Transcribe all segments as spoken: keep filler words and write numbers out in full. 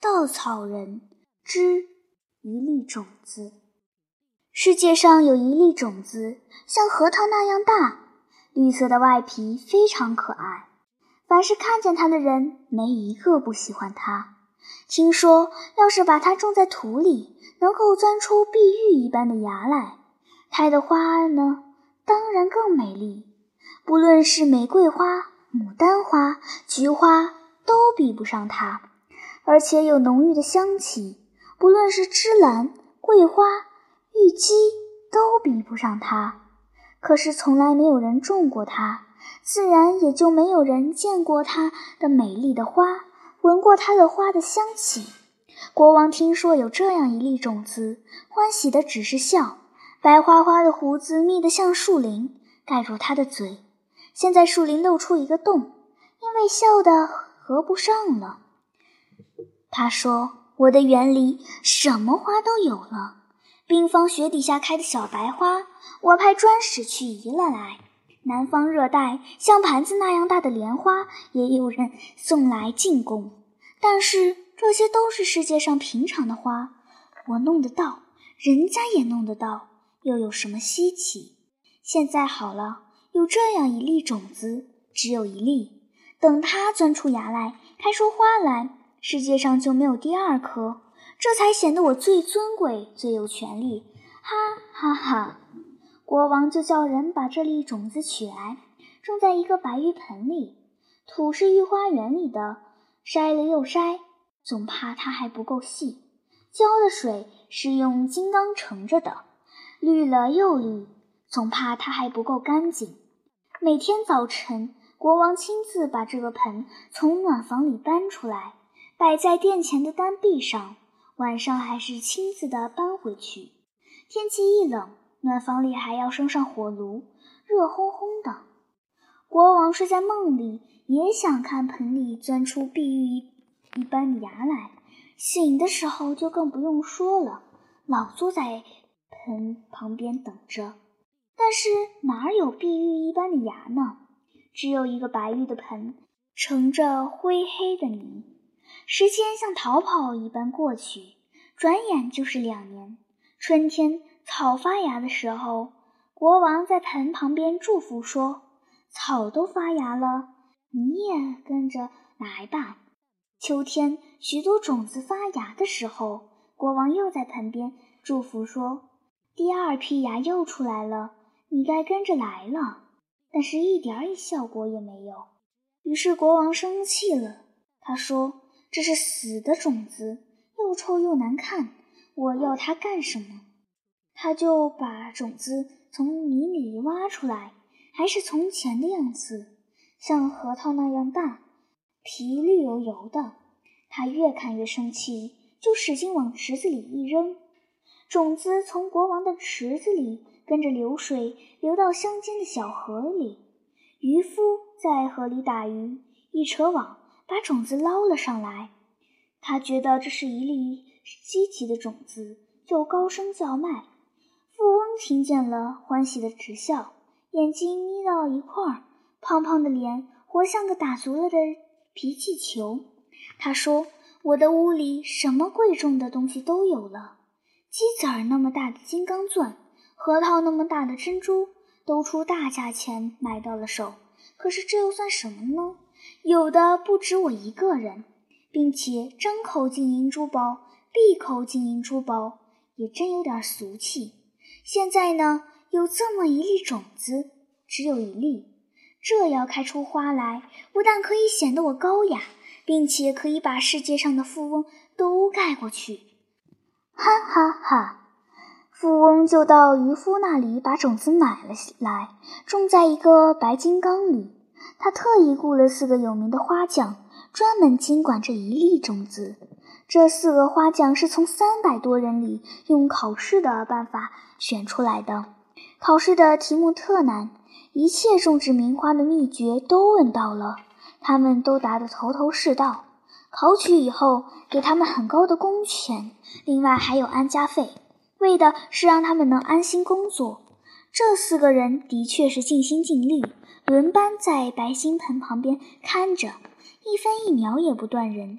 稻草人之一粒种子。世界上有一粒种子，像核桃那样大，绿色的外皮非常可爱，凡是看见它的人，没一个不喜欢它。听说要是把它种在土里，能够钻出碧玉一般的芽来，开的花呢，当然更美丽。不论是玫瑰花、牡丹花、菊花，都比不上它，而且有浓郁的香气。不论是芝兰、桂花、玉姬，都比不上它。可是从来没有人种过它，自然也就没有人见过它的美丽的花，闻过它的花的香气。国王听说有这样一粒种子，欢喜的只是笑，白花花的胡子密得像树林，盖住他的嘴。现在树林露出一个洞，因为笑得合不上了。他说，我的园里什么花都有了，冰方雪底下开的小白花，我派专使去移了来。南方热带像盘子那样大的莲花，也有人送来进贡。但是这些都是世界上平常的花，我弄得到，人家也弄得到，又有什么稀奇？现在好了，有这样一粒种子，只有一粒，等它钻出芽来，开出花来，世界上就没有第二颗，这才显得我最尊贵，最有权利。哈哈哈！国王就叫人把这粒种子取来，种在一个白玉盆里，土是御花园里的，筛了又筛，总怕它还不够细。浇的水是用金刚盛着的，滤了又滤，总怕它还不够干净。每天早晨，国王亲自把这个盆从暖房里搬出来，摆在殿前的单壁上，晚上还是亲自的搬回去。天气一冷，暖房里还要升上火炉，热烘烘的。国王睡在梦里，也想看盆里钻出碧玉一般的芽来，醒的时候就更不用说了，老坐在盆旁边等着。但是哪有碧玉一般的芽呢？只有一个白玉的盆，盛着灰黑的泥。时间像逃跑一般过去，转眼就是两年。春天草发芽的时候，国王在盆旁边祝福说，草都发芽了，你也跟着来吧。秋天许多种子发芽的时候，国王又在盆边祝福说，第二批芽又出来了，你该跟着来了。但是一点儿效果也没有。于是国王生气了，他说，这是死的种子，又臭又难看，我要它干什么？他就把种子从泥里挖出来，还是从前的样子，像核桃那样大，皮绿油油的。他越看越生气，就使劲往池子里一扔。种子从国王的池子里跟着流水流到乡间的小河里，渔夫在河里打鱼，一扯网把种子捞了上来。他觉得这是一粒稀奇的种子，就高声叫卖。富翁听见了，欢喜的直笑，眼睛眯到一块儿，胖胖的脸活像个打足了的皮气球。他说，我的屋里什么贵重的东西都有了，鸡子儿那么大的金刚钻，核桃那么大的珍珠，都出大价钱买到了手。可是这又算什么呢？有的不止我一个人，并且张口金银珠宝，闭口金银珠宝，也真有点俗气。现在呢，有这么一粒种子，只有一粒，这要开出花来，不但可以显得我高雅，并且可以把世界上的富翁都盖过去。哈哈哈！富翁就到渔夫那里把种子买了来，种在一个白金缸里。他特意雇了四个有名的花匠，专门经管这一粒种子。这四个花匠是从三百多人里用考试的办法选出来的。考试的题目特难，一切种植名花的秘诀都问到了，他们都答得头头是道。考取以后，给他们很高的工钱，另外还有安家费，为的是让他们能安心工作。这四个人的确是尽心尽力，轮班在白金盆旁边看着，一分一秒也不断人。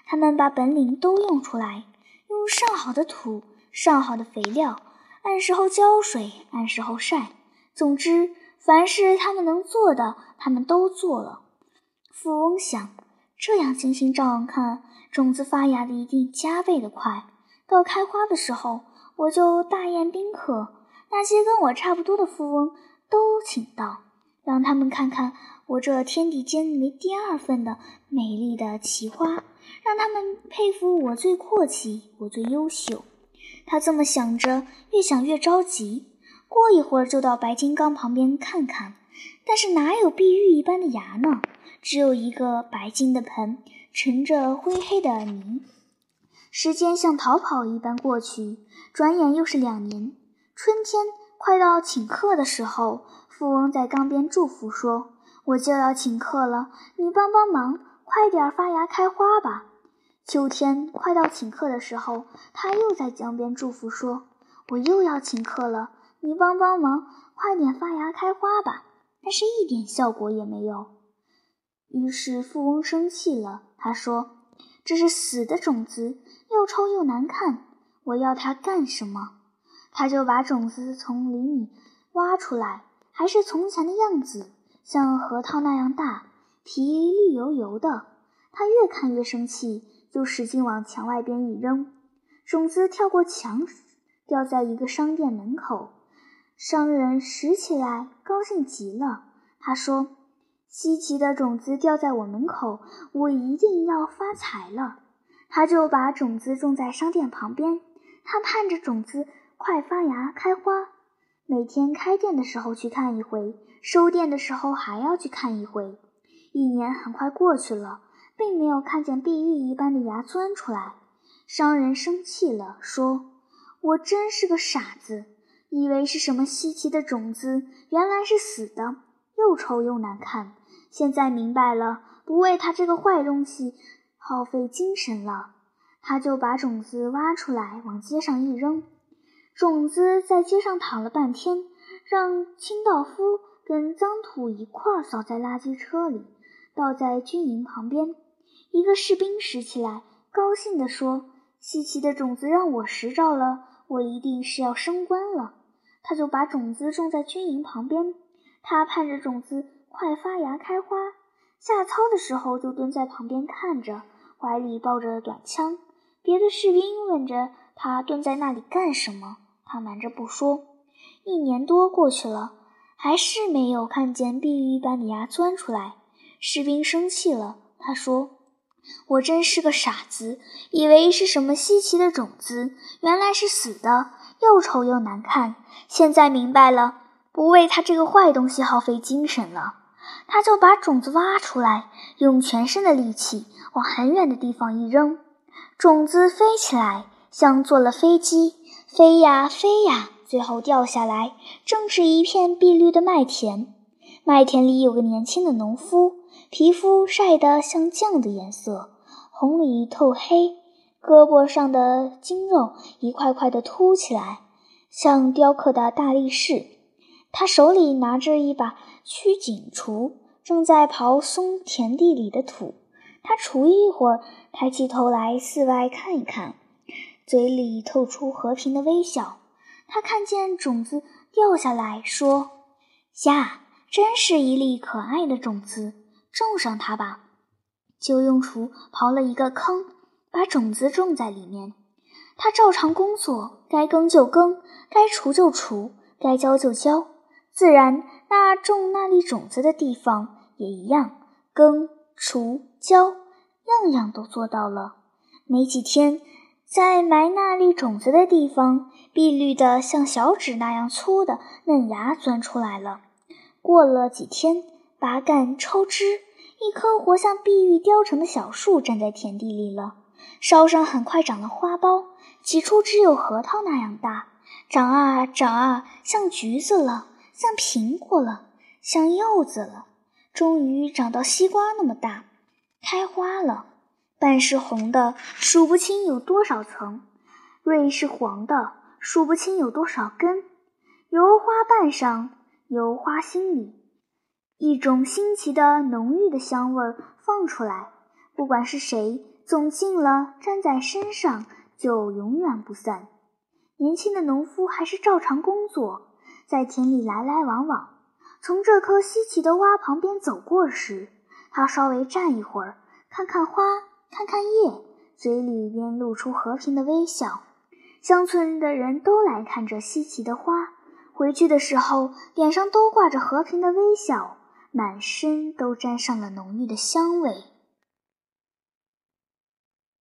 他们把本领都用出来，用上好的土、上好的肥料，按时候浇水，按时候晒。总之，凡是他们能做的，他们都做了。富翁想，这样星星照样看，种子发芽的一定加倍的快。到开花的时候，我就大宴宾客，那些跟我差不多的富翁都请到，让他们看看我这天地间没第二份的美丽的奇花，让他们佩服我最阔气，我最优秀。他这么想着，越想越着急，过一会儿就到白金缸旁边看看，但是哪有碧玉一般的芽呢？只有一个白金的盆，盛着灰黑的泥。时间像逃跑一般过去，转眼又是两年。春天快到请客的时候，富翁在缸边祝福说：“我就要请客了，你帮帮忙，快点发芽开花吧。”秋天快到请客的时候，他又在江边祝福说：“我又要请客了，你帮帮忙，快点发芽开花吧。”但是一点效果也没有。于是富翁生气了，他说：“这是死的种子，又臭又难看，我要它干什么？”他就把种子从泥里挖出来，还是从前的样子，像核桃那样大，皮绿油油的。他越看越生气，就使劲往墙外边一扔，种子跳过墙，掉在一个商店门口。商人拾起来，高兴极了。他说：“稀奇的种子掉在我门口，我一定要发财了。”他就把种子种在商店旁边，他盼着种子快发芽开花，每天开店的时候去看一回，收店的时候还要去看一回。一年很快过去了，并没有看见碧玉一般的芽钻出来。商人生气了，说：“我真是个傻子，以为是什么稀奇的种子，原来是死的，又臭又难看。现在明白了，不为他这个坏东西耗费精神了。”他就把种子挖出来，往街上一扔。种子在街上躺了半天，让清道夫跟脏土一块儿扫在垃圾车里，倒在军营旁边。一个士兵拾起来，高兴地说：“稀奇的种子让我拾着了，我一定是要升官了。”他就把种子种在军营旁边，他盼着种子快发芽开花。下操的时候就蹲在旁边看着，怀里抱着短枪。别的士兵问着他蹲在那里干什么，他瞒着不说。一年多过去了，还是没有看见碧玉一般的芽钻出来。士兵生气了，他说：“我真是个傻子，以为是什么稀奇的种子，原来是死的，又丑又难看。现在明白了，不为他这个坏东西耗费精神了。”他就把种子挖出来，用全身的力气往很远的地方一扔，种子飞起来，像坐了飞机，飞呀飞呀，最后掉下来，正是一片碧绿的麦田。麦田里有个年轻的农夫，皮肤晒得像酱的颜色，红里透黑，胳膊上的筋肉一块块地凸起来，像雕刻的大力士。他手里拿着一把曲颈锄，正在刨松田地里的土。他锄一会儿，抬起头来四外看一看，嘴里透出和平的微笑。他看见种子掉下来，说：“呀，真是一粒可爱的种子，种上它吧。”就用锄刨了一个坑，把种子种在里面。他照常工作，该耕就耕，该锄就锄，该浇就浇。自然，那种那粒种子的地方也一样，耕、锄、浇，样样都做到了。没几天，在埋那粒种子的地方，碧绿的像小指那样粗的嫩芽钻出来了。过了几天，拔干抽枝，一棵活像碧玉雕成的小树站在田地里了。梢上很快长了花苞，起初只有核桃那样大，长啊长啊，像橘子了，像苹果了，像柚子了，终于长到西瓜那么大，开花了。瓣是红的，数不清有多少层；蕊是黄的，数不清有多少根。由花瓣上，由花心里，一种新奇的浓郁的香味儿放出来。不管是谁， 总近了，粘在身上就永远不散。年轻的农夫还是照常工作，在田里来来往往。从这棵稀奇的洼旁边走过时，他稍微站一会儿，看看花，看看叶，嘴里边露出和平的微笑。乡村的人都来看这稀奇的花，回去的时候脸上都挂着和平的微笑，满身都沾上了浓郁的香味。